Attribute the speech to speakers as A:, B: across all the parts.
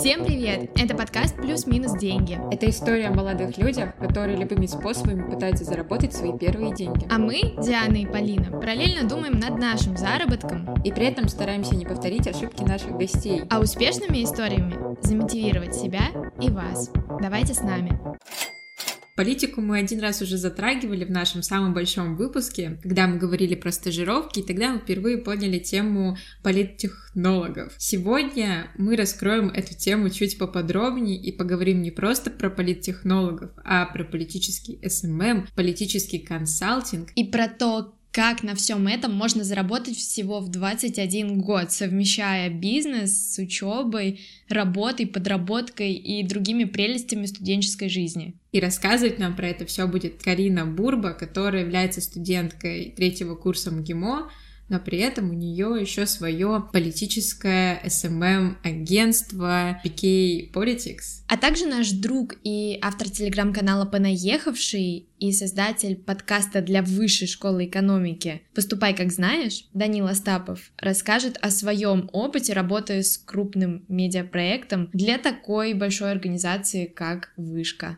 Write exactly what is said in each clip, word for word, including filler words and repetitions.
A: Всем привет! Это подкаст «Плюс-минус деньги».
B: Это история о молодых людях, которые любыми способами пытаются заработать свои первые деньги.
A: А мы, Диана и Полина, параллельно думаем над нашим заработком.
B: И при этом стараемся не повторить ошибки наших гостей.
A: А успешными историями замотивировать себя и вас. Давайте с нами.
B: Политику мы один раз уже затрагивали в нашем самом большом выпуске, когда мы говорили про стажировки, и тогда мы впервые подняли тему политтехнологов. Сегодня мы раскроем эту тему чуть поподробнее и поговорим не просто про политтехнологов, а про политический эс эм эм, политический консалтинг.
A: И про то, как на всем этом можно заработать всего в двадцать один год, совмещая бизнес с учебой, работой, подработкой и другими прелестями студенческой жизни.
B: И рассказывать нам про это все будет Карина Бурба, которая является студенткой третьего курса МГИМО, но при этом у нее еще свое политическое эс эм эм-агентство пи кей Politics.
A: А также наш друг и автор телеграм-канала «Понаехавший» и создатель подкаста для высшей школы экономики «Поступай как знаешь» Данил Остапов расскажет о своем опыте работы с крупным медиапроектом для такой большой организации, как Вышка.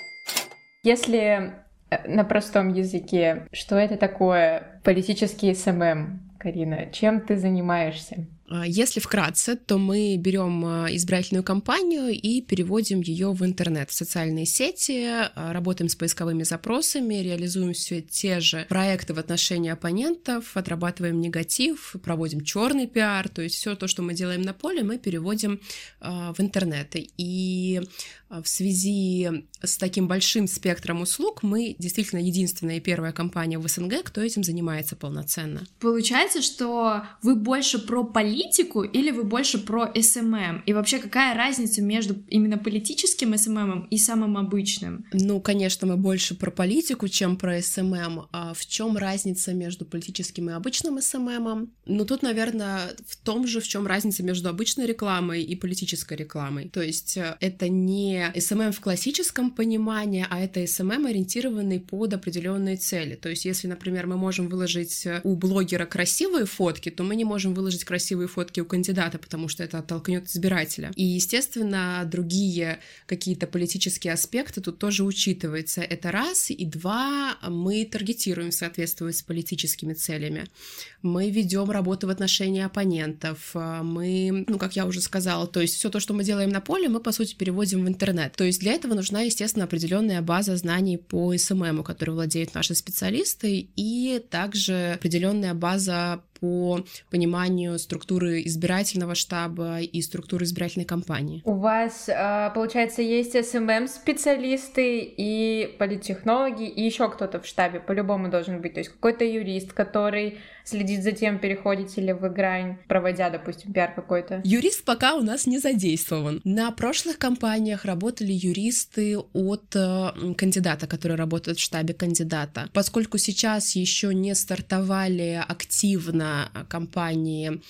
B: Если на простом языке, что это такое политический эс эм эм, Карина? Чем ты занимаешься?
C: Если вкратце, то мы берем избирательную кампанию и переводим ее в интернет, в социальные сети, работаем с поисковыми запросами, реализуем все те же проекты в отношении оппонентов, отрабатываем негатив, проводим черный пиар, то есть все то, что мы делаем на поле, мы переводим в интернет. И в связи с таким большим спектром услуг мы действительно единственная и первая компания в эс эн гэ, кто этим занимается полноценно.
A: Получается, что вы больше про политику или вы больше про эс эм эм? И вообще, какая разница между именно политическим эс эм эм и самым обычным?
C: Ну, конечно, мы больше про политику, чем про эс эм эм. А в чем разница между политическим и обычным эс эм эм? Ну, тут, наверное, в том же, в чем разница между обычной рекламой и политической рекламой. То есть это не эс эм эм в классическом понимании, а это эс эм эм, ориентированный под определенные цели. То есть если, например, мы можем выложить у блогера красивые фотки, то мы не можем выложить красивые фотки у кандидата, потому что это оттолкнет избирателя. И, естественно, другие какие-то политические аспекты тут тоже учитываются. Это раз. И два, мы таргетируем, соответствуя с политическими целями. Мы ведем работу в отношении оппонентов. Мы, ну, как я уже сказала, то есть все то, что мы делаем на поле, мы, по сути, переводим в интернет. То есть для этого нужна, естественно, определенная база знаний по эс эм эм, которой владеют наши специалисты, и также определенная база по пониманию структуры избирательного штаба и структуры избирательной кампании.
B: У вас, получается, есть эс эм эм-специалисты и политтехнологи, и еще кто-то в штабе по-любому должен быть. То есть какой-то юрист, который следит за тем, переходите ли вы грань, проводя, допустим, пиар какой-то.
C: Юрист пока у нас не задействован. На прошлых кампаниях работали юристы от кандидата, который работает в штабе кандидата. Поскольку сейчас еще не стартовали активно кампании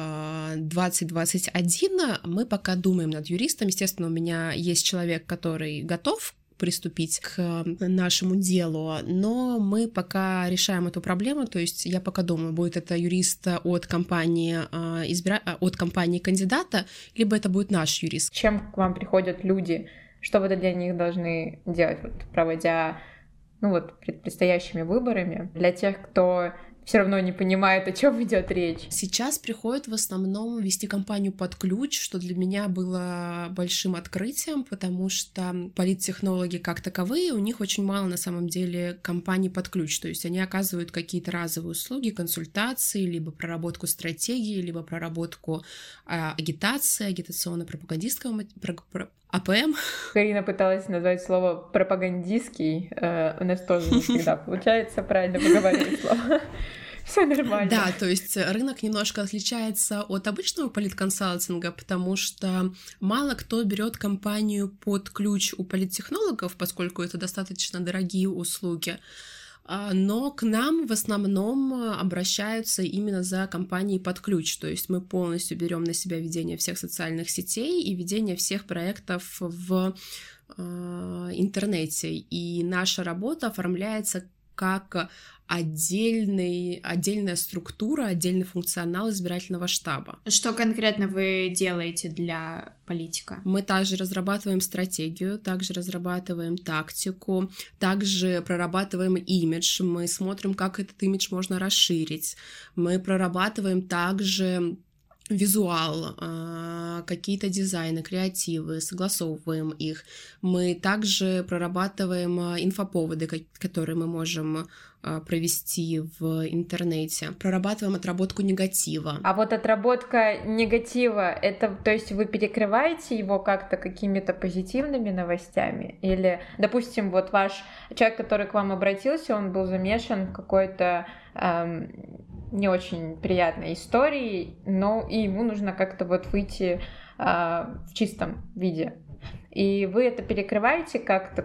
C: двадцать двадцать один, мы пока думаем над юристом. Естественно, у меня есть человек, который готов приступить к нашему делу, но мы пока решаем эту проблему, то есть я пока думаю, будет это юрист от компании, избира... от компании кандидата, либо это будет наш юрист.
B: Чем к вам приходят люди? Что вы для них должны делать, вот, проводя, ну вот, перед предстоящими выборами? Для тех, кто все равно не понимает, о чем идет речь.
C: Сейчас приходят в основном вести кампанию под ключ, что для меня было большим открытием, потому что политтехнологи как таковые, у них очень мало на самом деле кампаний под ключ, то есть они оказывают какие-то разовые услуги, консультации, либо проработку стратегии, либо проработку э, агитации, агитационно-пропагандистского про, про, а пэ эм.
B: Карина пыталась назвать слово пропагандистский, э, у нас тоже не всегда получается правильно выговаривать слово. Все нормально.
C: Да, то есть рынок немножко отличается от обычного политконсалтинга, потому что мало кто берет компанию под ключ у политтехнологов, поскольку это достаточно дорогие услуги. Но к нам в основном обращаются именно за компанией под ключ, то есть мы полностью берем на себя ведение всех социальных сетей и ведение всех проектов в интернете, и наша работа оформляется как отдельный, отдельная структура, отдельный функционал избирательного штаба.
A: Что конкретно вы делаете для политика?
C: Мы также разрабатываем стратегию, также разрабатываем тактику, также прорабатываем имидж, мы смотрим, как этот имидж можно расширить, мы прорабатываем также визуал, какие-то дизайны, креативы, согласовываем их. Мы также прорабатываем инфоповоды, которые мы можем провести в интернете. Прорабатываем отработку негатива.
B: А вот отработка негатива, это, то есть вы перекрываете его как-то какими-то позитивными новостями? Или, допустим, вот ваш человек, который к вам обратился, он был замешан в какой-то эм, не очень приятной истории, но и ему нужно как-то вот выйти э, в чистом виде. И вы это перекрываете как-то,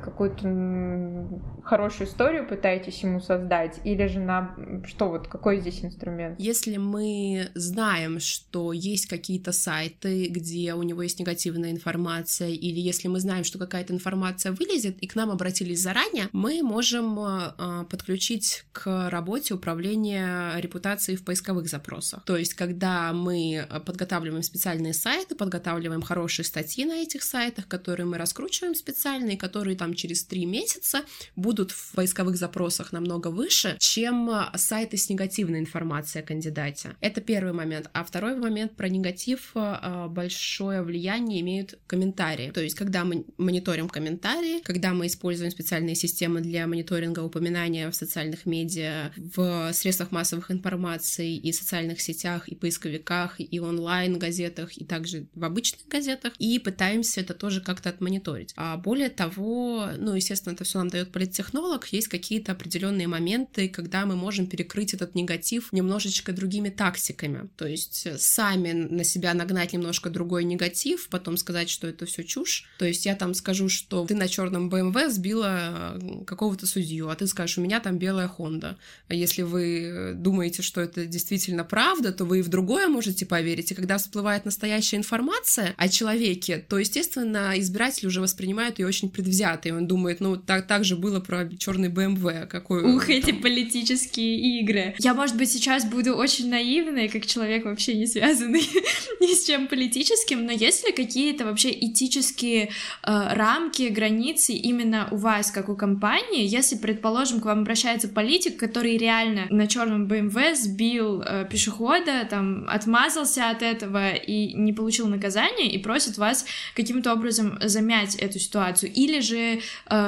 B: какую-то хорошую историю пытаетесь ему создать, или же на что вот, какой здесь инструмент?
C: Если мы знаем, что есть какие-то сайты, где у него есть негативная информация, или если мы знаем, что какая-то информация вылезет, и к нам обратились заранее, мы можем э, подключить к работе управления репутацией в поисковых запросах. То есть, когда мы подготавливаем специальные сайты, подготавливаем хорошие статьи на этих сайтах, которые мы раскручиваем специально, и которые там через три месяца будут в поисковых запросах намного выше, чем сайты с негативной информацией о кандидате. Это первый момент. А второй момент: про негатив большое влияние имеют комментарии. То есть, когда мы мониторим комментарии, когда мы используем специальные системы для мониторинга упоминания в социальных медиа, в средствах массовых информации и социальных сетях, и поисковиках, и онлайн-газетах, и также в обычных газетах, и пытаемся это тоже как-то отмониторить. А более того, ну, естественно, это все нам дает политтехнолог, есть какие-то определенные моменты, когда мы можем перекрыть этот негатив немножечко другими тактиками. То есть сами на себя нагнать немножко другой негатив, потом сказать, что это все чушь. То есть я там скажу, что ты на черном бэ эм вэ сбила какого-то судью, а ты скажешь, у меня там белая Хонда. Если вы думаете, что это действительно правда, то вы и в другое можете поверить. И когда всплывает настоящая информация о человеке, то, естественно, избиратель уже воспринимает ее очень предвзято, и он думает, ну, так, так же было про черный бэ эм вэ. Какой...
A: Ух, эти политические игры. Я, может быть, сейчас буду очень наивной, как человек вообще не связанный ни с чем политическим, но есть ли какие-то вообще этические э, рамки, границы именно у вас, как у компании, если, предположим, к вам обращается политик, который реально на черном бэ эм вэ сбил э, пешехода, там, отмазался от этого и не получил наказание, и просит вас каким-то образом замять эту ситуацию, или же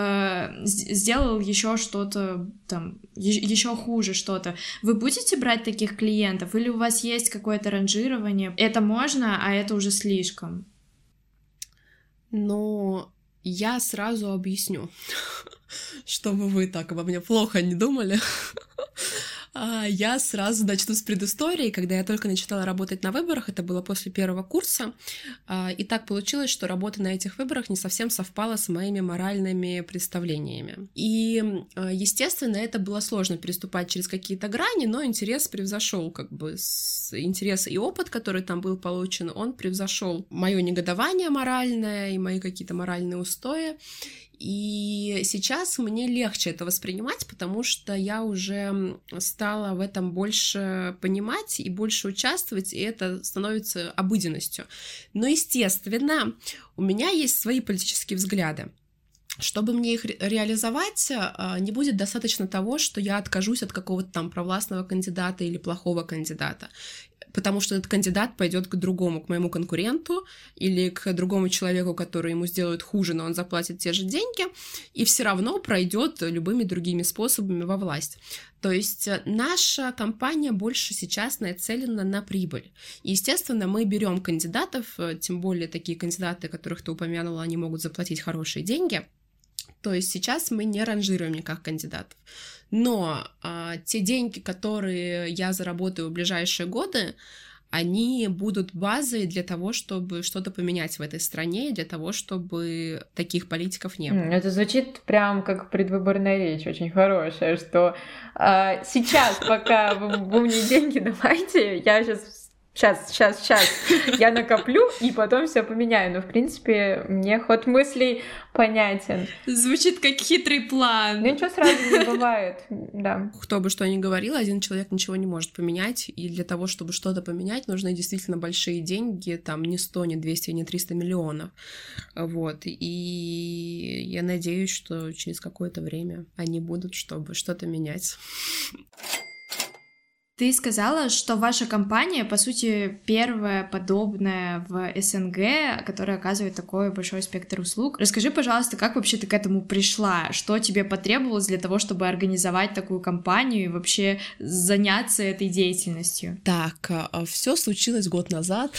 A: э, сделал еще что-то там, еще хуже что-то. Вы будете брать таких клиентов, или у вас есть какое-то ранжирование? Это можно, а это уже слишком?
C: Но я сразу объясню, чтобы вы так обо мне плохо не думали. Я сразу начну с предыстории. Когда я только начинала работать на выборах, это было после первого курса, и так получилось, что работа на этих выборах не совсем совпала с моими моральными представлениями. И, естественно, это было сложно переступать через какие-то грани, но интерес превзошел, как бы, интерес и опыт, который там был получен, он превзошел мое негодование моральное и мои какие-то моральные устои. И сейчас мне легче это воспринимать, потому что я уже стала в этом больше понимать и больше участвовать, и это становится обыденностью. Но, естественно, у меня есть свои политические взгляды. Чтобы мне их ре- реализовать, не будет достаточно того, что я откажусь от какого-то там провластного кандидата или плохого кандидата, потому что этот кандидат пойдет к другому, к моему конкуренту или к другому человеку, который ему сделают хуже, но он заплатит те же деньги, и все равно пройдет любыми другими способами во власть. То есть наша компания больше сейчас нацелена на прибыль. И, естественно, мы берем кандидатов, тем более такие кандидаты, которых ты упомянула, они могут заплатить хорошие деньги. То есть сейчас мы не ранжируем никак кандидатов. Но а, те деньги, которые я заработаю в ближайшие годы, они будут базой для того, чтобы что-то поменять в этой стране, и для того, чтобы таких политиков не было.
B: Это звучит прям как предвыборная речь, очень хорошая, что а, сейчас, пока вы, вы мне деньги давайте, я сейчас Сейчас, сейчас, сейчас, я накоплю и потом все поменяю. Но, в принципе, мне ход мыслей понятен.
A: Звучит как хитрый план.
B: Ну, ничего сразу не бывает, да.
C: Кто бы что ни говорил, один человек ничего не может поменять, и для того, чтобы что-то поменять, нужны действительно большие деньги, там, не сто, не двести, не триста миллионов. Вот, и я надеюсь, что через какое-то время они будут, чтобы что-то менять.
A: Ты сказала, что ваша компания, по сути, первая подобная в СНГ, которая оказывает такой большой спектр услуг. Расскажи, пожалуйста, как вообще ты к этому пришла? Что тебе потребовалось для того, чтобы организовать такую компанию и вообще заняться этой деятельностью?
C: Так, все случилось год назад.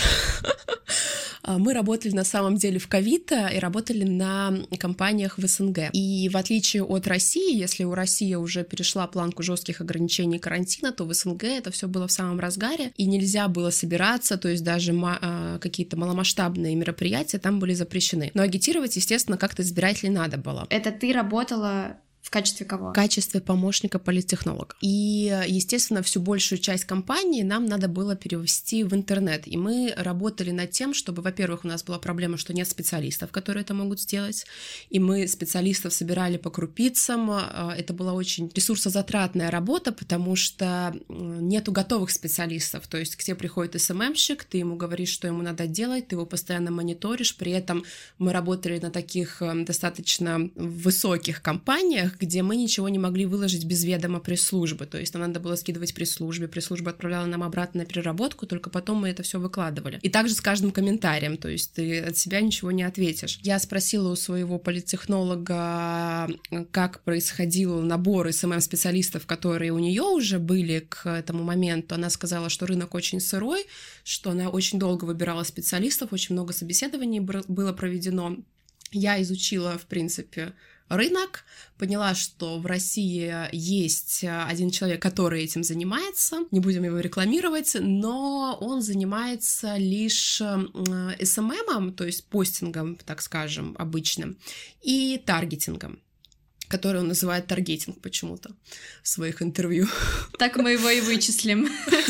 C: Мы работали на самом деле в ковид и работали на компаниях в СНГ. И в отличие от России, если у России уже перешла планку жестких ограничений карантина, то в СНГ это все было в самом разгаре, и нельзя было собираться, то есть даже ма- какие-то маломасштабные мероприятия там были запрещены. Но агитировать, естественно, как-то избирателей надо было.
A: Это ты работала... В качестве кого?
C: В качестве помощника политтехнолога. И, естественно, всю большую часть компании нам надо было перевести в интернет. И мы работали над тем, чтобы, во-первых, у нас была проблема, что нет специалистов, которые это могут сделать. И мы специалистов собирали по крупицам. Это была очень ресурсозатратная работа, потому что нету готовых специалистов. То есть к тебе приходит эс эм эм-щик, ты ему говоришь, что ему надо делать, ты его постоянно мониторишь. При этом мы работали на таких достаточно высоких компаниях, где мы ничего не могли выложить без ведома пресс-службы. То есть нам надо было скидывать пресс-службе, пресс-служба отправляла нам обратно на переработку, только потом мы это все выкладывали. И также с каждым комментарием, то есть ты от себя ничего не ответишь. Я спросила у своего политтехнолога, как происходил набор эс эм эм-специалистов, которые у нее уже были к этому моменту. Она сказала, что рынок очень сырой, что она очень долго выбирала специалистов, очень много собеседований было проведено. Я изучила, в принципе, рынок, поняла, что в России есть один человек, который этим занимается, не будем его рекламировать, но он занимается лишь эс эм эм, то есть постингом, так скажем, обычным, и таргетингом, который он называет таргетинг почему-то в своих интервью.
A: Так мы его и вычислим.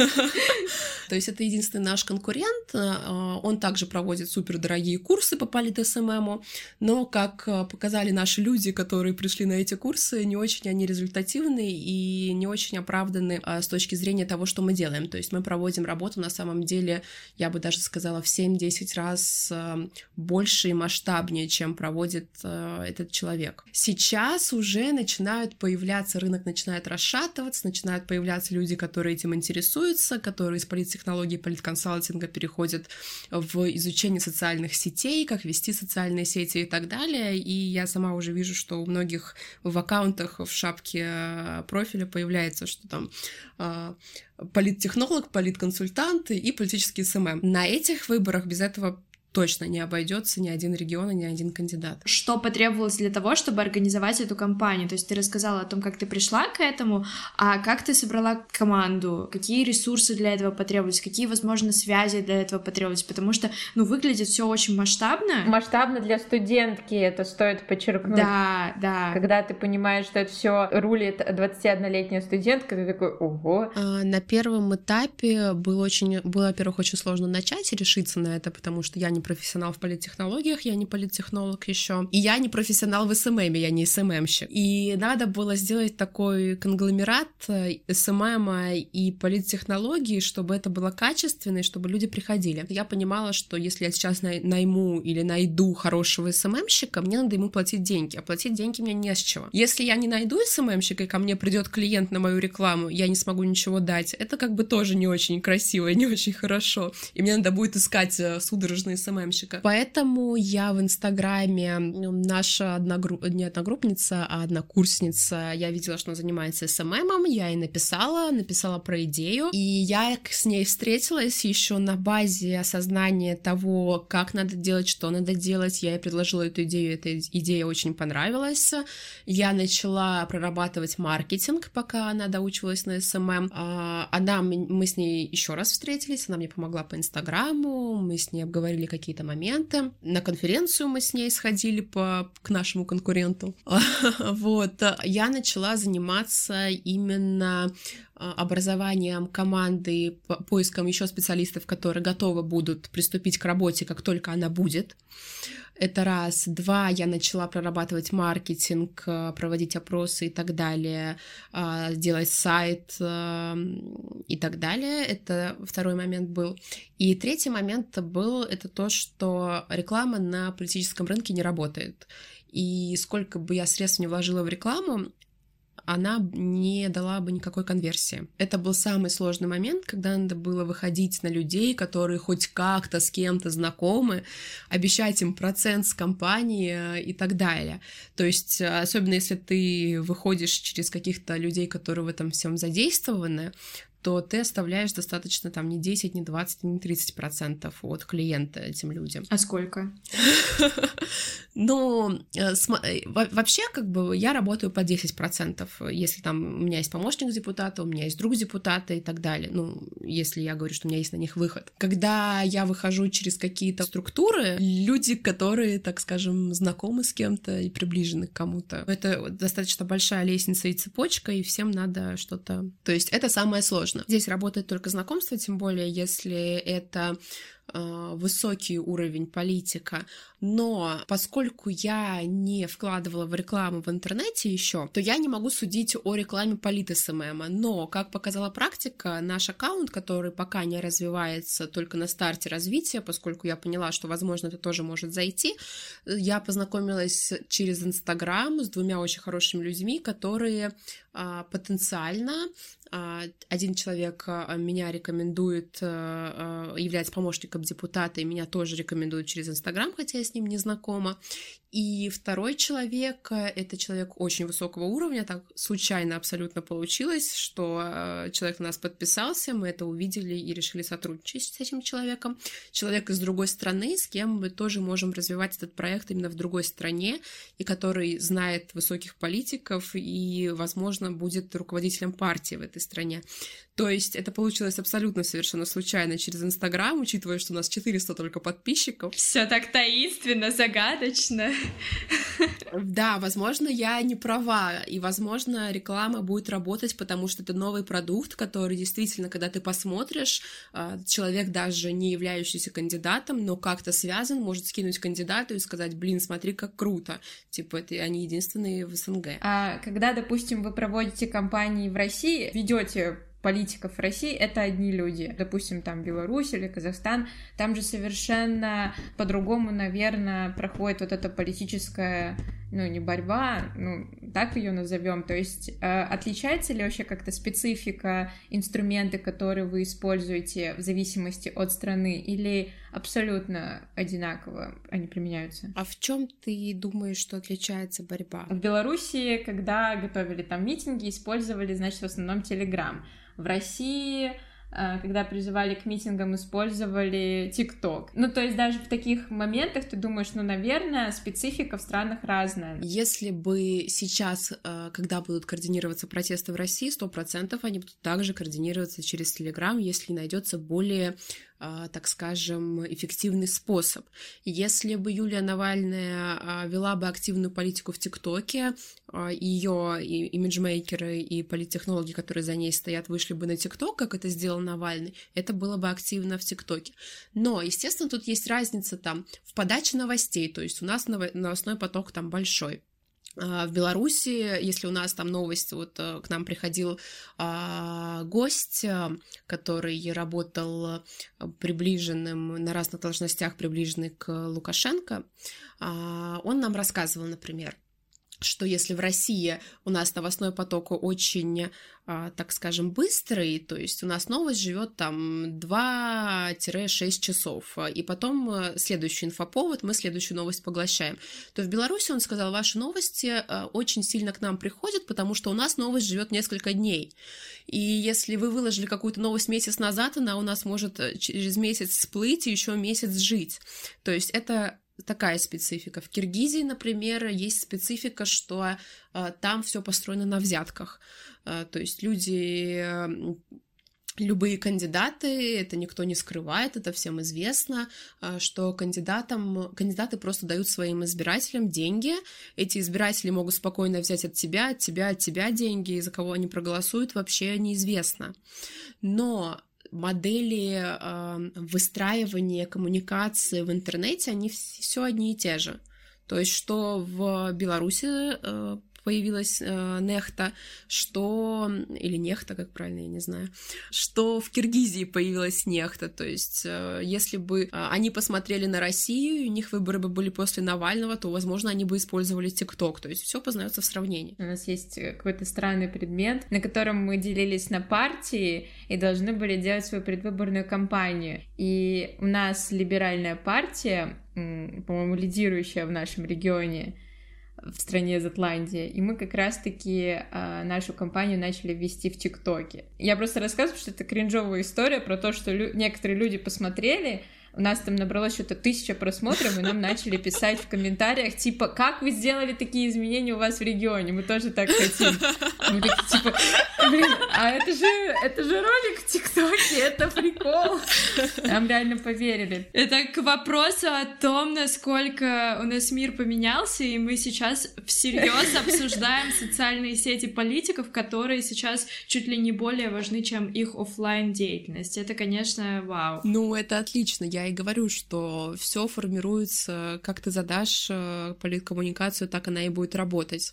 C: То есть это единственный наш конкурент, он также проводит супердорогие курсы по полит-СММу, но, как показали наши люди, которые пришли на эти курсы, не очень они результативны и не очень оправданы с точки зрения того, что мы делаем. То есть мы проводим работу, на самом деле, я бы даже сказала, в семь-десять раз больше и масштабнее, чем проводит этот человек. Сейчас уже начинают появляться, рынок начинает расшатываться, начинают появляться люди, которые этим интересуются, которые из политтехнологии, политконсалтинга переходят в изучение социальных сетей, как вести социальные сети и так далее. И я сама уже вижу, что у многих в аккаунтах, в шапке профиля появляется, что там политтехнолог, политконсультант и политический эс эм эм. На этих выборах без этого точно не обойдется ни один регион и ни один кандидат.
A: Что потребовалось для того, чтобы организовать эту кампанию? То есть ты рассказала о том, как ты пришла к этому, а как ты собрала команду? Какие ресурсы для этого потребовались? Какие, возможно, связи для этого потребовались? Потому что, ну, выглядит все очень масштабно.
B: Масштабно для студентки, это стоит подчеркнуть.
A: Да, да.
B: Когда ты понимаешь, что это все рулит двадцатиоднолетняя студентка, ты такой, ого.
C: А, на первом этапе было, очень, было, во-первых, очень сложно начать и решиться на это, потому что я не профессионал в политтехнологиях, я не политтехнолог еще, и я не профессионал в эс эм эм, я не эс эм эм-щик. И надо было сделать такой конгломерат эс эм эм и политтехнологий, чтобы это было качественно, и чтобы люди приходили. Я понимала, что если я сейчас найму или найду хорошего эс эм эм-щика, мне надо ему платить деньги, а платить деньги мне не с чего. Если я не найду эс эм эм-щика, и ко мне придет клиент на мою рекламу, я не смогу ничего дать, это как бы тоже не очень красиво и не очень хорошо. И мне надо будет искать судорожные эс эм эм СММщика. Поэтому я в Инстаграме, наша одногру... не одногруппница, а однокурсница, я видела, что она занимается СММом, я ей написала, написала про идею, и я с ней встретилась еще на базе осознания того, как надо делать, что надо делать. Я ей предложила эту идею, эта идея очень понравилась. Я начала прорабатывать маркетинг, пока она доучивалась на СММ. Она, мы с ней еще раз встретились, она мне помогла по Инстаграму, мы с ней обговорили какие какие-то моменты. На конференцию мы с ней сходили по, к нашему конкуренту. Вот. Я начала заниматься именно образованием команды, поиском еще специалистов, которые готовы будут приступить к работе, как только она будет. Это раз. Два, я начала прорабатывать маркетинг, проводить опросы и так далее, делать сайт и так далее. Это второй момент был. И третий момент был, это то, что реклама на политическом рынке не работает. И сколько бы я средств не вложила в рекламу, она не дала бы никакой конверсии. Это был самый сложный момент, когда надо было выходить на людей, которые хоть как-то с кем-то знакомы, обещать им процент с компании и так далее. То есть, особенно если ты выходишь через каких-то людей, которые в этом всем задействованы, то ты оставляешь достаточно там не десять, не двадцать, не тридцать процентов от клиента этим людям.
B: А сколько?
C: Ну, вообще, как бы, я работаю по десять процентов, если там у меня есть помощник депутата, у меня есть друг депутата и так далее, ну, если я говорю, что у меня есть на них выход. Когда я выхожу через какие-то структуры, люди, которые, так скажем, знакомы с кем-то и приближены к кому-то, это достаточно большая лестница и цепочка, и всем надо что-то... То есть это самое сложное. Здесь работает только знакомство, тем более, если это э, высокий уровень политика. Но поскольку я не вкладывала в рекламу в интернете еще, то я не могу судить о рекламе полит-СММа. Но, как показала практика, наш аккаунт, который пока не развивается, только на старте развития, поскольку я поняла, что, возможно, это тоже может зайти, я познакомилась через Инстаграм с двумя очень хорошими людьми, которые э, потенциально... Один человек меня рекомендует, является помощником депутата, и меня тоже рекомендует через Инстаграм, хотя я с ним не знакома. И второй человек — это человек очень высокого уровня, так случайно абсолютно получилось, что человек на нас подписался, мы это увидели и решили сотрудничать с этим человеком. Человек из другой страны, с кем мы тоже можем развивать этот проект именно в другой стране, и который знает высоких политиков и, возможно, будет руководителем партии в этой стране. То есть это получилось абсолютно совершенно случайно через Инстаграм, учитывая, что у нас четыреста только подписчиков.
A: Все так таинственно, загадочно.
C: Да, возможно, я не права, и, возможно, реклама будет работать, потому что это новый продукт, который действительно, когда ты посмотришь, человек, даже не являющийся кандидатом, но как-то связан, может скинуть кандидату и сказать: блин, смотри, как круто. Типа, это они единственные в СНГ.
B: А когда, допустим, вы проводите кампании в России, ведете политиков в России, это одни люди. Допустим, там Беларусь или Казахстан, там же совершенно по-другому, наверное, проходит вот эта политическая, ну, не борьба, ну, так ее назовем. То есть э, отличается ли вообще как-то специфика, инструменты, которые вы используете в зависимости от страны, или абсолютно одинаково они применяются?
C: А в чем ты думаешь, что отличается борьба?
B: В Беларуси, когда готовили там митинги, использовали, значит, в основном Телеграм. В России, когда призывали к митингам, использовали ТикТок. Ну, то есть даже в таких моментах ты думаешь, ну, наверное, специфика в странах разная.
C: Если бы сейчас, когда будут координироваться протесты в России, сто процентов они будут также координироваться через Телеграм, если найдется более, так скажем, эффективный способ. Если бы Юлия Навальная вела бы активную политику в ТикТоке, ее имиджмейкеры и политтехнологи, которые за ней стоят, вышли бы на ТикТок, как это сделал Навальный, это было бы активно в ТикТоке. Но, естественно, тут есть разница там в подаче новостей, то есть у нас новостной поток там большой. В Беларуси, если у нас там новость, вот к нам приходил а, гость, который работал приближенным, на разных должностях, приближенный к Лукашенко, а, он нам рассказывал, например, что если в России у нас новостной поток очень, так скажем, быстрый, то есть у нас новость живет там два-шесть часов, и потом следующий инфоповод, мы следующую новость поглощаем, то в Беларуси, он сказал, ваши новости очень сильно к нам приходят, потому что у нас новость живет несколько дней. И если вы выложили какую-то новость месяц назад, она у нас может через месяц всплыть и еще месяц жить. То есть это такая специфика. В Киргизии, например, есть специфика, что э, там все построено на взятках. Э, то есть люди э, любые кандидаты, это никто не скрывает, это всем известно, что кандидатам, кандидаты просто дают своим избирателям деньги. Эти избиратели могут спокойно взять от тебя, от тебя, от тебя деньги, и за кого они проголосуют, вообще неизвестно. Но модели э, выстраивания коммуникации в интернете, они все одни и те же. То есть, что в Беларуси э, появилась э, Нехта, что... Или Нехта, как правильно, я не знаю. Что в Киргизии появилась Нехта. То есть, э, если бы э, они посмотрели на Россию, у них выборы бы были после Навального, то, возможно, они бы использовали ТикТок. То есть, все познается в сравнении.
B: У нас есть какой-то странный предмет, на котором мы делились на партии и должны были делать свою предвыборную кампанию. И у нас либеральная партия, по-моему, лидирующая в нашем регионе, в стране Зотландия, и мы как раз-таки э, нашу компанию начали вести в ТикТоке. Я просто рассказываю, что это кринжовая история про то, что лю- некоторые люди посмотрели, у нас там набралось что-то тысяча просмотров, и нам начали писать в комментариях, типа, как вы сделали такие изменения у вас в регионе, мы тоже так хотим. Мы такие, типа, блин, а это же, это же ролик в ТикТоке, это прикол. Нам реально поверили.
A: Это к вопросу о том, насколько у нас мир поменялся, и мы сейчас всерьез обсуждаем социальные сети политиков, которые сейчас чуть ли не более важны, чем их офлайн деятельность. Это, конечно, вау.
C: Ну, это отлично. Я и говорю, что все формируется, как ты задашь политкоммуникацию, так она и будет работать.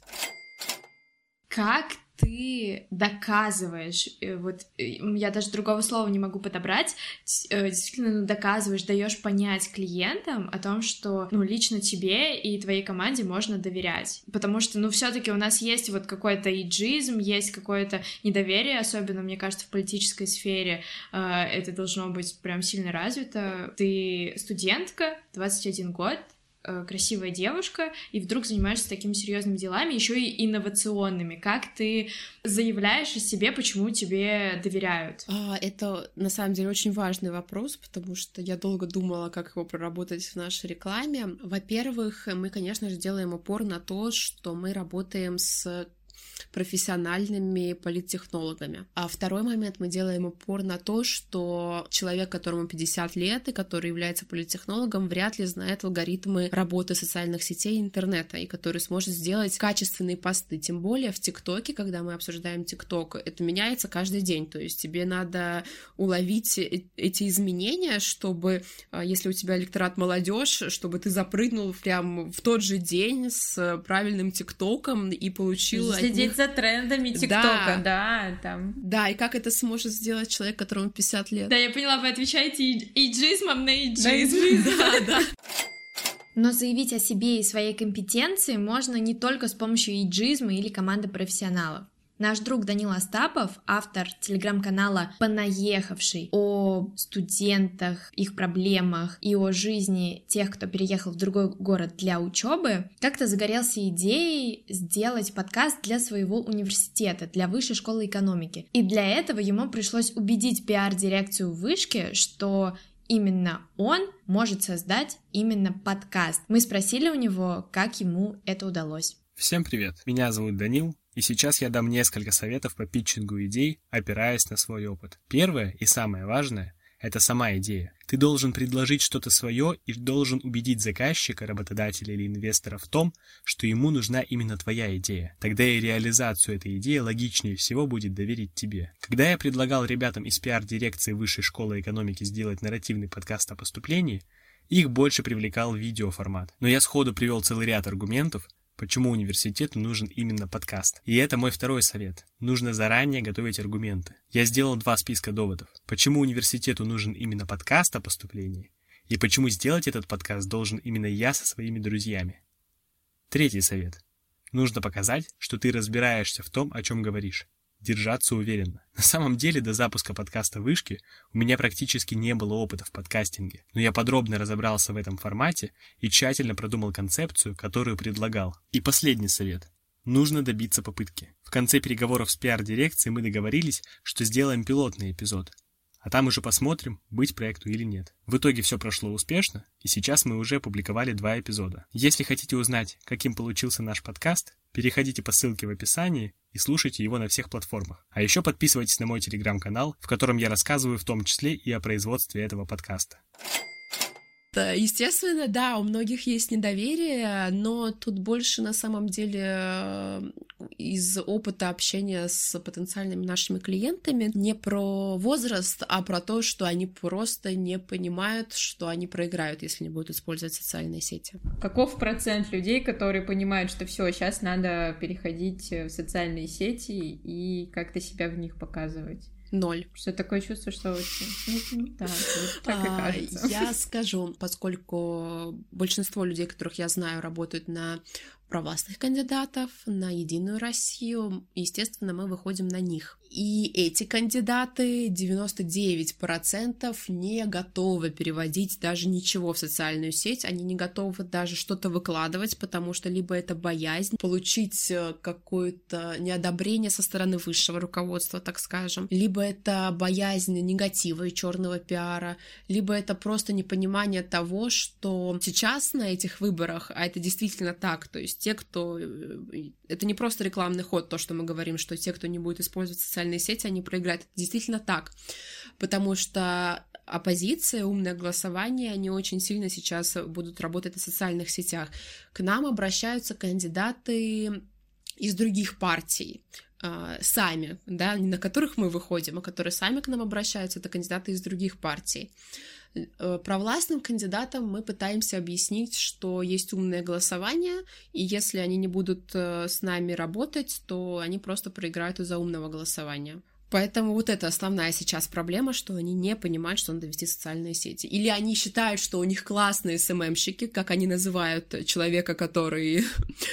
A: Как ты доказываешь, вот я даже другого слова не могу подобрать, действительно, ну, доказываешь, даешь понять клиентам о том, что, ну, лично тебе и твоей команде можно доверять, потому что, ну, все-таки у нас есть вот какой-то иджизм, есть какое-то недоверие, особенно, мне кажется, в политической сфере это должно быть прям сильно развито. Ты студентка, двадцать один год, красивая девушка, и вдруг занимаешься такими серьезными делами, еще и инновационными. Как ты заявляешь о себе, почему тебе доверяют?
C: Это, на самом деле, очень важный вопрос, потому что я долго думала, как его проработать в нашей рекламе. Во-первых, мы, конечно же, делаем упор на то, что мы работаем с профессиональными политтехнологами. А второй момент, мы делаем упор на то, что человек, которому пятьдесят лет и который является политтехнологом, вряд ли знает алгоритмы работы социальных сетей и интернета, и который сможет сделать качественные посты. Тем более в ТикТоке, когда мы обсуждаем ТикТок, это меняется каждый день, то есть тебе надо уловить эти изменения, чтобы, если у тебя электорат молодежь, чтобы ты запрыгнул прям в тот же день с правильным ТикТоком и получил...
B: Следить за трендами ТикТока, да. да, там.
C: Да, и как это сможет сделать человек, которому пятьдесят лет?
A: Да, я поняла, вы отвечаете иджизмом на иджизм.
C: Да, да.
A: Но заявить о себе и своей компетенции можно не только с помощью иджизма или команды профессионалов. Наш друг Данил Остапов, автор телеграм-канала «Понаехавший», о студентах, их проблемах и о жизни тех, кто переехал в другой город для учебы, как-то загорелся идеей сделать подкаст для своего университета, для Высшей школы экономики. И для этого ему пришлось убедить пиар-дирекцию вышки, что именно он может создать именно подкаст. Мы спросили у него, как ему это удалось.
D: Всем привет, меня зовут Данил. И сейчас я дам несколько советов по питчингу идей, опираясь на свой опыт. Первое и самое важное – это сама идея. Ты должен предложить что-то свое и должен убедить заказчика, работодателя или инвестора в том, что ему нужна именно твоя идея. Тогда и реализацию этой идеи логичнее всего будет доверить тебе. Когда я предлагал ребятам из пиар-дирекции Высшей школы экономики сделать нарративный подкаст о поступлении, их больше привлекал видеоформат. Но я сходу привел целый ряд аргументов, почему университету нужен именно подкаст. И это мой второй совет. Нужно заранее готовить аргументы. Я сделал два списка доводов. Почему университету нужен именно подкаст о поступлении, и почему сделать этот подкаст должен именно я со своими друзьями. Третий совет. Нужно показать, что ты разбираешься в том, о чем говоришь. Держаться уверенно. На самом деле, до запуска подкаста «Вышки» у меня практически не было опыта в подкастинге, но я подробно разобрался в этом формате и тщательно продумал концепцию, которую предлагал. И последний совет. Нужно добиться попытки. В конце переговоров с пиар-дирекцией мы договорились, что сделаем пилотный эпизод, а там уже посмотрим, быть проекту или нет. В итоге все прошло успешно, и сейчас мы уже опубликовали два эпизода. Если хотите узнать, каким получился наш подкаст, переходите по ссылке в описании и слушайте его на всех платформах. А еще подписывайтесь на мой телеграм-канал, в котором я рассказываю в том числе и о производстве этого подкаста.
C: Естественно, да, у многих есть недоверие, но тут больше на самом деле из опыта общения с потенциальными нашими клиентами не про возраст, а про то, что они просто не понимают, что они проиграют, если не будут использовать социальные сети.
B: Каков процент людей, которые понимают, что все, сейчас надо переходить в социальные сети и как-то себя в них показывать?
C: Ноль.
B: Что такое чувство, что ну, так, вот так и кажется.
C: Я скажу, поскольку большинство людей, которых я знаю, работают на провластных кандидатов, на Единую Россию, естественно, мы выходим на них. И эти кандидаты, девяносто девять процентов, не готовы переводить даже ничего в социальную сеть, они не готовы даже что-то выкладывать, потому что либо это боязнь получить какое-то неодобрение со стороны высшего руководства, так скажем, либо это боязнь негатива и черного пиара, либо это просто непонимание того, что сейчас на этих выборах, а это действительно так, то есть те, кто... Это не просто рекламный ход, то, что мы говорим, что те, кто не будет использовать социальные сети, они проиграют. Это действительно так, потому что оппозиция, умное голосование, они очень сильно сейчас будут работать на социальных сетях. К нам обращаются кандидаты из других партий, сами, да, не на которых мы выходим, а которые сами к нам обращаются, это кандидаты из других партий. Провластным кандидатам мы пытаемся объяснить, что есть умное голосование, и если они не будут с нами работать, то они просто проиграют из-за умного голосования. Поэтому вот это основная сейчас проблема, что они не понимают, что надо вести социальные сети. Или они считают, что у них классные эс эм эм-щики, как они называют человека, который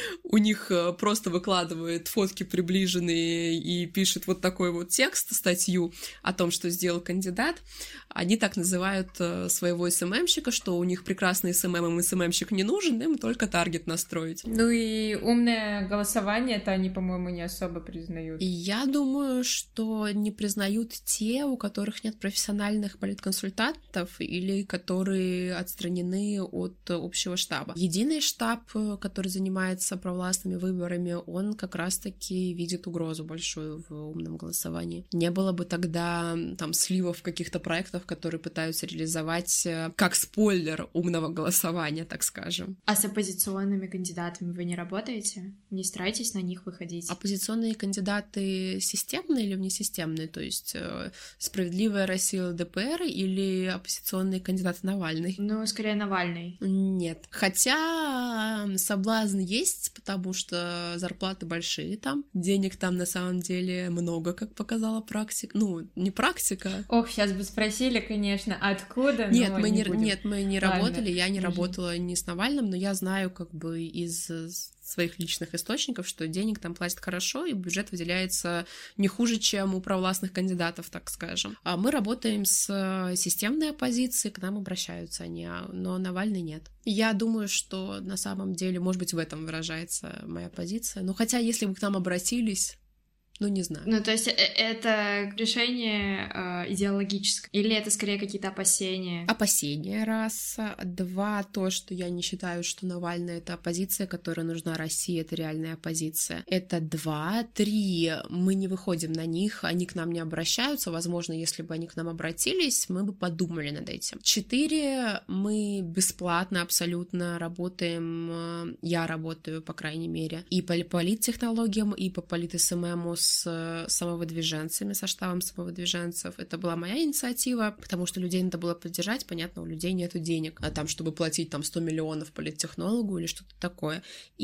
C: у них просто выкладывает фотки приближенные и пишет вот такой вот текст, статью о том, что сделал кандидат. Они так называют своего эс эм эм-щика, что у них прекрасный эс эм эм, им эс эм эм-щик не нужен, им только таргет настроить.
B: Ну и умное голосование, это они, по-моему, не особо признают.
C: И я думаю, что не признают те, у которых нет профессиональных политконсультантов или которые отстранены от общего штаба. Единый штаб, который занимается провластными выборами, он как раз-таки видит угрозу большую в умном голосовании. Не было бы тогда там сливов каких-то проектов, которые пытаются реализовать как спойлер умного голосования, так скажем.
A: А с оппозиционными кандидатами вы не работаете? Не старайтесь на них выходить?
C: Оппозиционные кандидаты системные или внесистемные? То есть э, «Справедливая Россия» эл дэ пэ эр или оппозиционный кандидат Навальный?
A: Ну, скорее Навальный.
C: Нет. Хотя соблазн есть, потому что зарплаты большие там, денег там на самом деле много, как показала практика. Ну, не практика.
B: Ох, сейчас бы спросили, конечно, откуда?
C: Нет, мы не,
B: не
C: нет, мы не
B: Ладно.
C: работали, я не
B: Подожди.
C: работала ни с Навальным, но я знаю как бы из своих личных источников, что денег там платят хорошо, и бюджет выделяется не хуже, чем у провластных кандидатов, так скажем. А мы работаем с системной оппозицией, к нам обращаются они, но Навальный нет. Я думаю, что на самом деле, может быть, в этом выражается моя позиция. Но хотя, если бы к нам обратились, ну, не знаю.
A: Ну, то есть это решение э, идеологическое? Или это скорее какие-то опасения?
C: Опасения, раз. Два, то, что я не считаю, что Навальный — это оппозиция, которая нужна России, это реальная оппозиция. Это два. Три, мы не выходим на них, они к нам не обращаются. Возможно, если бы они к нам обратились, мы бы подумали над этим. Четыре, мы бесплатно абсолютно работаем, я работаю, по крайней мере, и по политтехнологиям, и по полит-СММу с самовыдвиженцами, со штабом самовыдвиженцев. Это была моя инициатива, потому что людей надо было поддержать, понятно, у людей нету денег, а там, чтобы платить там сто миллионов политтехнологу или что-то такое.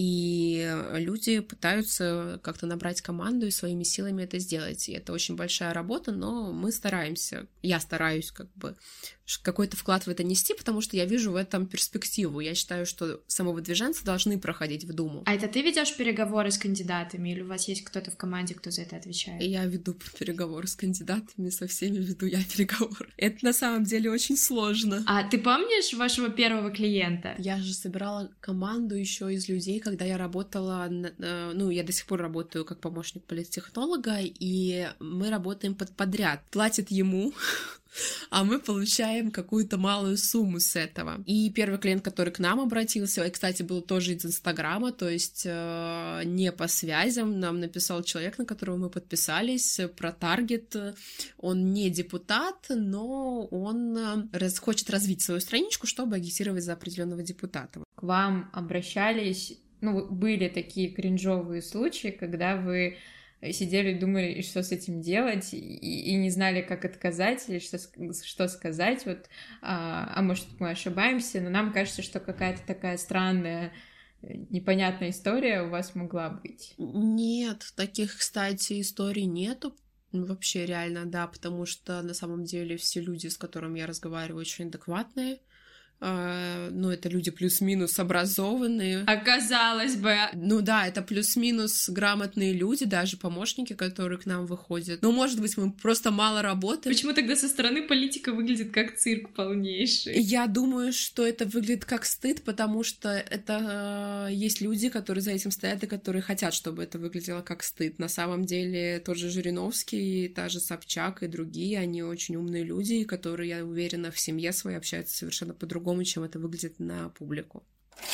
C: И люди пытаются как-то набрать команду и своими силами это сделать. И это очень большая работа, но мы стараемся, я стараюсь как бы какой-то вклад в это нести, потому что я вижу в этом перспективу. Я считаю, что самовыдвиженцы должны проходить в Думу.
A: А это ты ведешь переговоры с кандидатами, или у вас есть кто-то в команде, кто за это отвечает?
C: Я веду переговоры с кандидатами, со всеми веду я переговоры. Это на самом деле очень сложно.
A: А ты помнишь вашего первого клиента?
C: Я же собирала команду еще из людей, когда я работала, ну, я до сих пор работаю как помощник политтехнолога, и мы работаем под подряд. Платят ему, а мы получаем какую-то малую сумму с этого. И первый клиент, который к нам обратился, и, кстати, был тоже из Инстаграма, то есть э, не по связям, нам написал человек, на которого мы подписались, про таргет. Он не депутат, но он раз, хочет развить свою страничку, чтобы агитировать за определенного депутата.
B: К вам обращались, ну, были такие кринжовые случаи, когда вы сидели и думали, что с этим делать, и, и не знали, как отказать, или что, что сказать, вот, а, а может, мы ошибаемся, но нам кажется, что какая-то такая странная, непонятная история у вас могла быть.
C: Нет, таких, кстати, историй нету. Вообще, реально, да, потому что на самом деле все люди, с которыми я разговариваю, очень адекватные. Ну, это люди плюс-минус образованные.
A: Оказалось бы.
C: Ну да, это плюс-минус грамотные люди, даже помощники, которые к нам выходят. Ну, может быть, мы просто мало работаем.
A: Почему тогда со стороны политика выглядит как цирк полнейший?
C: Я думаю, что это выглядит как стыд, потому что это э, есть люди, которые за этим стоят и которые хотят, чтобы это выглядело как стыд. На самом деле, тот же Жириновский, та же Собчак и другие, они очень умные люди, которые, я уверена, в семье своей общаются совершенно по-другому, чем это выглядит на публику.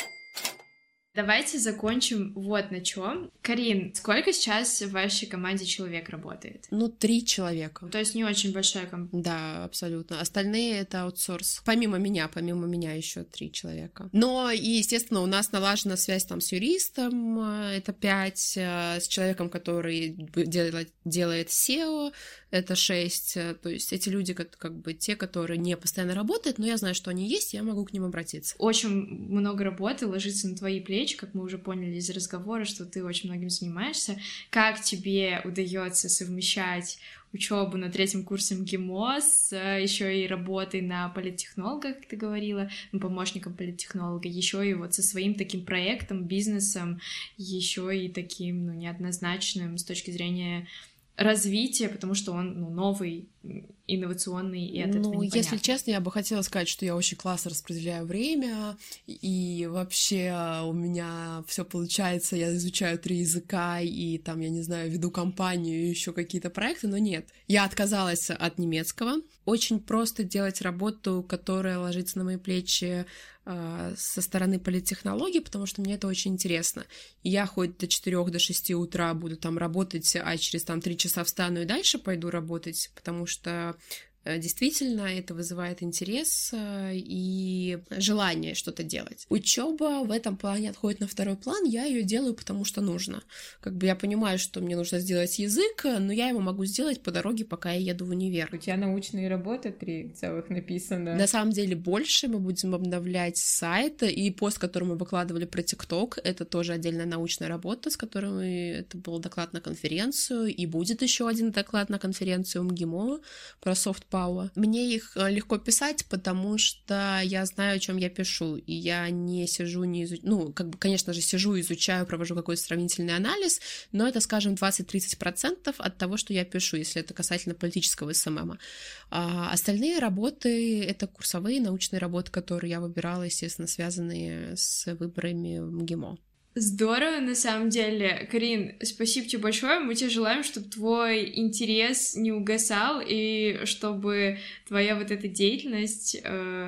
A: Давайте закончим вот на чем. Карин, сколько сейчас в вашей команде человек работает?
C: Ну, три человека.
A: То есть не очень большая команда.
C: Да, абсолютно. Остальные — это аутсорс. Помимо меня, помимо меня еще три человека. Но, и, естественно, у нас налажена связь там с юристом, это пять, с человеком, который делает, делает сео, это шесть. То есть эти люди как, как бы те, которые не постоянно работают, но я знаю, что они есть, я могу к ним обратиться.
A: Очень много работы ложится на твои плечи, как мы уже поняли из разговора, что ты очень многим занимаешься. Как тебе удается совмещать учебу на третьем курсе МГИМО с еще и работой на политтехнолога, как ты говорила, помощником политтехнолога, еще и вот со своим таким проектом, бизнесом, еще и таким, ну, неоднозначным с точки зрения развития, потому что он, ну, новый, инновационный, и от этого
C: Ну,
A: непонятно.
C: Если честно, я бы хотела сказать, что я очень классно распределяю время, и вообще у меня все получается, я изучаю три языка, и там, я не знаю, веду компанию, и еще какие-то проекты, но нет. Я отказалась от немецкого. Очень просто делать работу, которая ложится на мои плечи э, со стороны политтехнологий, потому что мне это очень интересно. Я хоть до четырёх, до шести утра буду там работать, а через там три часа встану и дальше пойду работать, потому что действительно это вызывает интерес и желание что-то делать. Учеба в этом плане отходит на второй план, я ее делаю, потому что нужно. Как бы я понимаю, что мне нужно сделать язык, но я его могу сделать по дороге, пока я еду в универ.
B: У тебя научные работы три целых написано.
C: На самом деле больше. Мы будем обновлять сайт, и пост, который мы выкладывали про ТикТок, это тоже отдельная научная работа, с которой мы... это был доклад на конференцию, и будет еще один доклад на конференцию МГИМО про soft power. Мне их легко писать, потому что я знаю, о чем я пишу, и я не сижу, не изучаю, ну, как бы, конечно же, сижу, изучаю, провожу какой-то сравнительный анализ, но это, скажем, двадцать-тридцать процентов от того, что я пишу, если это касательно политического СММа. А остальные работы — это курсовые научные работы, которые я выбирала, естественно, связанные с выборами в МГИМО.
A: Здорово, на самом деле. Карин, спасибо тебе большое. Мы тебе желаем, чтобы твой интерес не угасал, и чтобы твоя вот эта деятельность,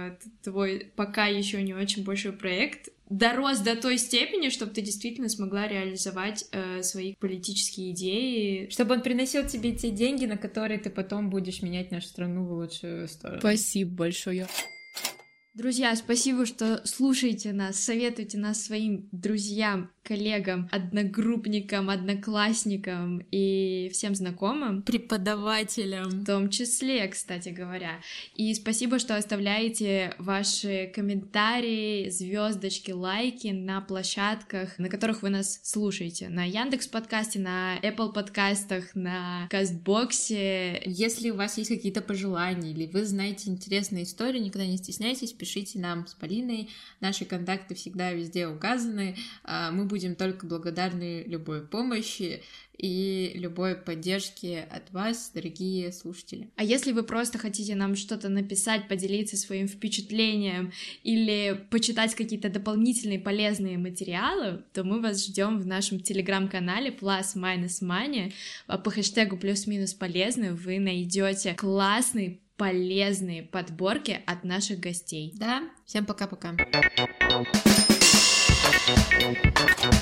A: твой пока еще не очень большой проект, дорос до той степени, чтобы ты действительно смогла реализовать свои политические идеи.
B: Чтобы он приносил тебе те деньги, на которые ты потом будешь менять нашу страну в лучшую сторону.
C: Спасибо большое.
A: Друзья, спасибо, что слушаете нас, советуете нас своим друзьям, коллегам, одногруппникам, одноклассникам и всем знакомым.
B: Преподавателям.
A: В том числе, кстати говоря. И спасибо, что оставляете ваши комментарии, звездочки, лайки на площадках, на которых вы нас слушаете. На Яндекс.Подкасте, на Apple подкастах, на Кастбоксе.
B: Если у вас есть какие-то пожелания или вы знаете интересные истории, никогда не стесняйтесь, пишите нам с Полиной. Наши контакты всегда везде указаны. Мы будем только благодарны любой помощи и любой поддержке от вас, дорогие слушатели.
A: А если вы просто хотите нам что-то написать, поделиться своим впечатлением или почитать какие-то дополнительные полезные материалы, то мы вас ждем в нашем телеграм-канале Plus Minus Money. По хэштегу плюс-минус полезный вы найдете классный полезные подборки от наших гостей.
B: Да, всем пока-пока.